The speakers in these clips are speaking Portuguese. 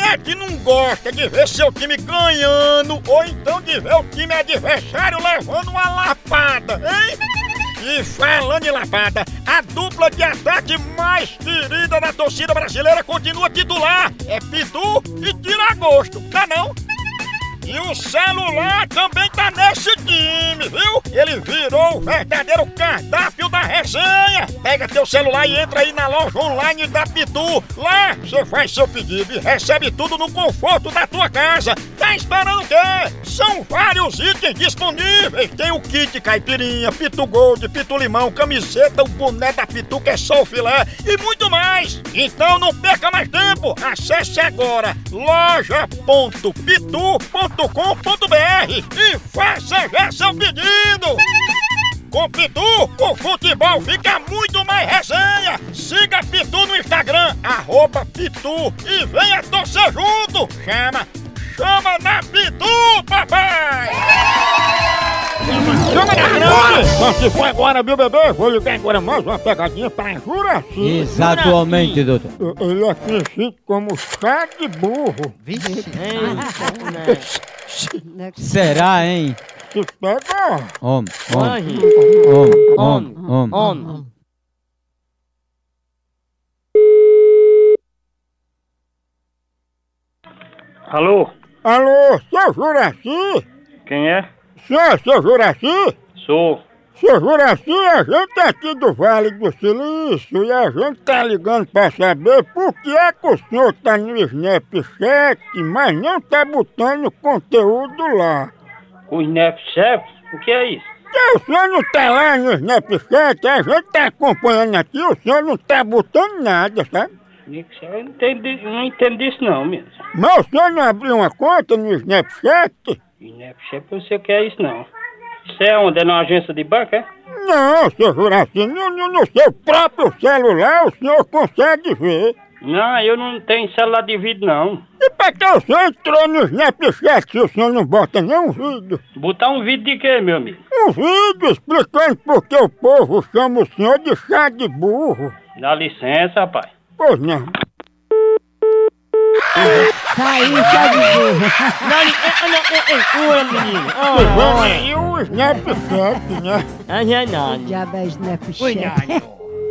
é que não gosta de ver seu time ganhando ou então de ver o time adversário levando uma lapada, hein? E falando em lapada, a dupla de ataque mais querida da torcida brasileira continua titular. É Pitu e Tiragosto, tá não? E o celular também tá nesse time, viu? Ele virou o verdadeiro cardápio da resenha. Pega teu celular e entra aí na loja online da Pitu. Lá você faz seu pedido e recebe tudo no conforto da tua casa. Tá esperando o quê? São vários itens disponíveis. Tem o kit caipirinha, Pitu Gold, Pitu Limão, camiseta, o boné da Pitu que é só o filé e muito mais. Então não perca mais tempo. Acesse agora loja.pitu.com.br e faça já seu pedido! Com Pitu, o futebol fica muito mais resenha! Siga Pitu no Instagram, @Pitu e venha torcer junto! Chama na Pitu, papai! Chama na grande! Só se for agora, viu, bebê? Vou ligar agora mais uma pegadinha pra Juraci. Exatamente, doutor. Ele é conhecido como chá de burro. Vixe. Será, hein? Se pega! Homem. Alô? Alô, seu Juraci? Quem é? Seu Juraci? Sou. Seu Juraci, a gente é aqui do Vale do Silício e a gente tá ligando pra saber por que é que o senhor tá no Snapchat, mas não tá botando conteúdo lá. O Snapchat? O que é isso? Que o senhor não tá lá no Snapchat, a gente tá acompanhando aqui, o senhor não tá botando nada, sabe? Eu não entendo disso não, mesmo. Mas o senhor não abriu uma conta no Snapchat? Snapchat, eu não sei o que é isso não. Isso é onde? É numa agência de banco, é? Não, seu Juraci, no seu próprio celular o senhor consegue ver. Não, eu não tenho celular de vídeo não. E pra que o senhor entrou no Snapchat se o senhor não bota nenhum vídeo? Botar um vídeo de quê, meu amigo? Um vídeo explicando por que o povo chama o senhor de chá de burro. Dá licença, rapaz. Pois não. Saiu, chá de burro. Vamos aí o Snapchat, né? O diabo é Snapchat.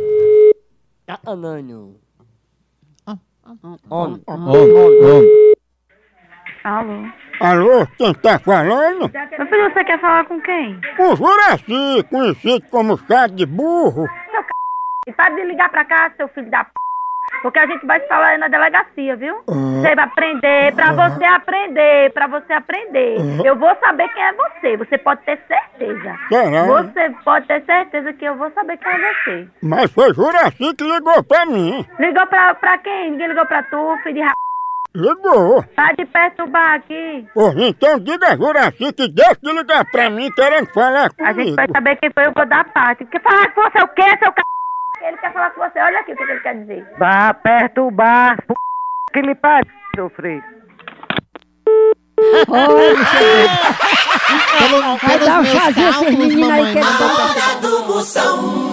Alô? Alô, quem tá falando? Meu filho, você quer falar com quem? O Juraci, conhecido como chá de burro. E para de ligar pra cá, seu filho da p... Porque a gente vai te falar aí na delegacia, viu? Você vai aprender, pra você aprender. Eu vou saber quem é você, você pode ter certeza. Será? Você pode ter certeza que eu vou saber quem é você. Mas foi Juraci que ligou pra mim. Ligou pra quem? Ninguém ligou pra tu, filho de Ligou. Tá de perturbar aqui. Pois então diga a Juraci que deixa de ligar pra mim querendo falar comigo. A gente vai saber quem foi, eu vou dar parte. Porque falar com você é o quê, seu c... Ele quer falar com você, olha aqui o que ele quer dizer. Vá perturbar, que lhe pare, seu freio. Oi, vai dar um chazinho esses meninos aí que ele do Moção.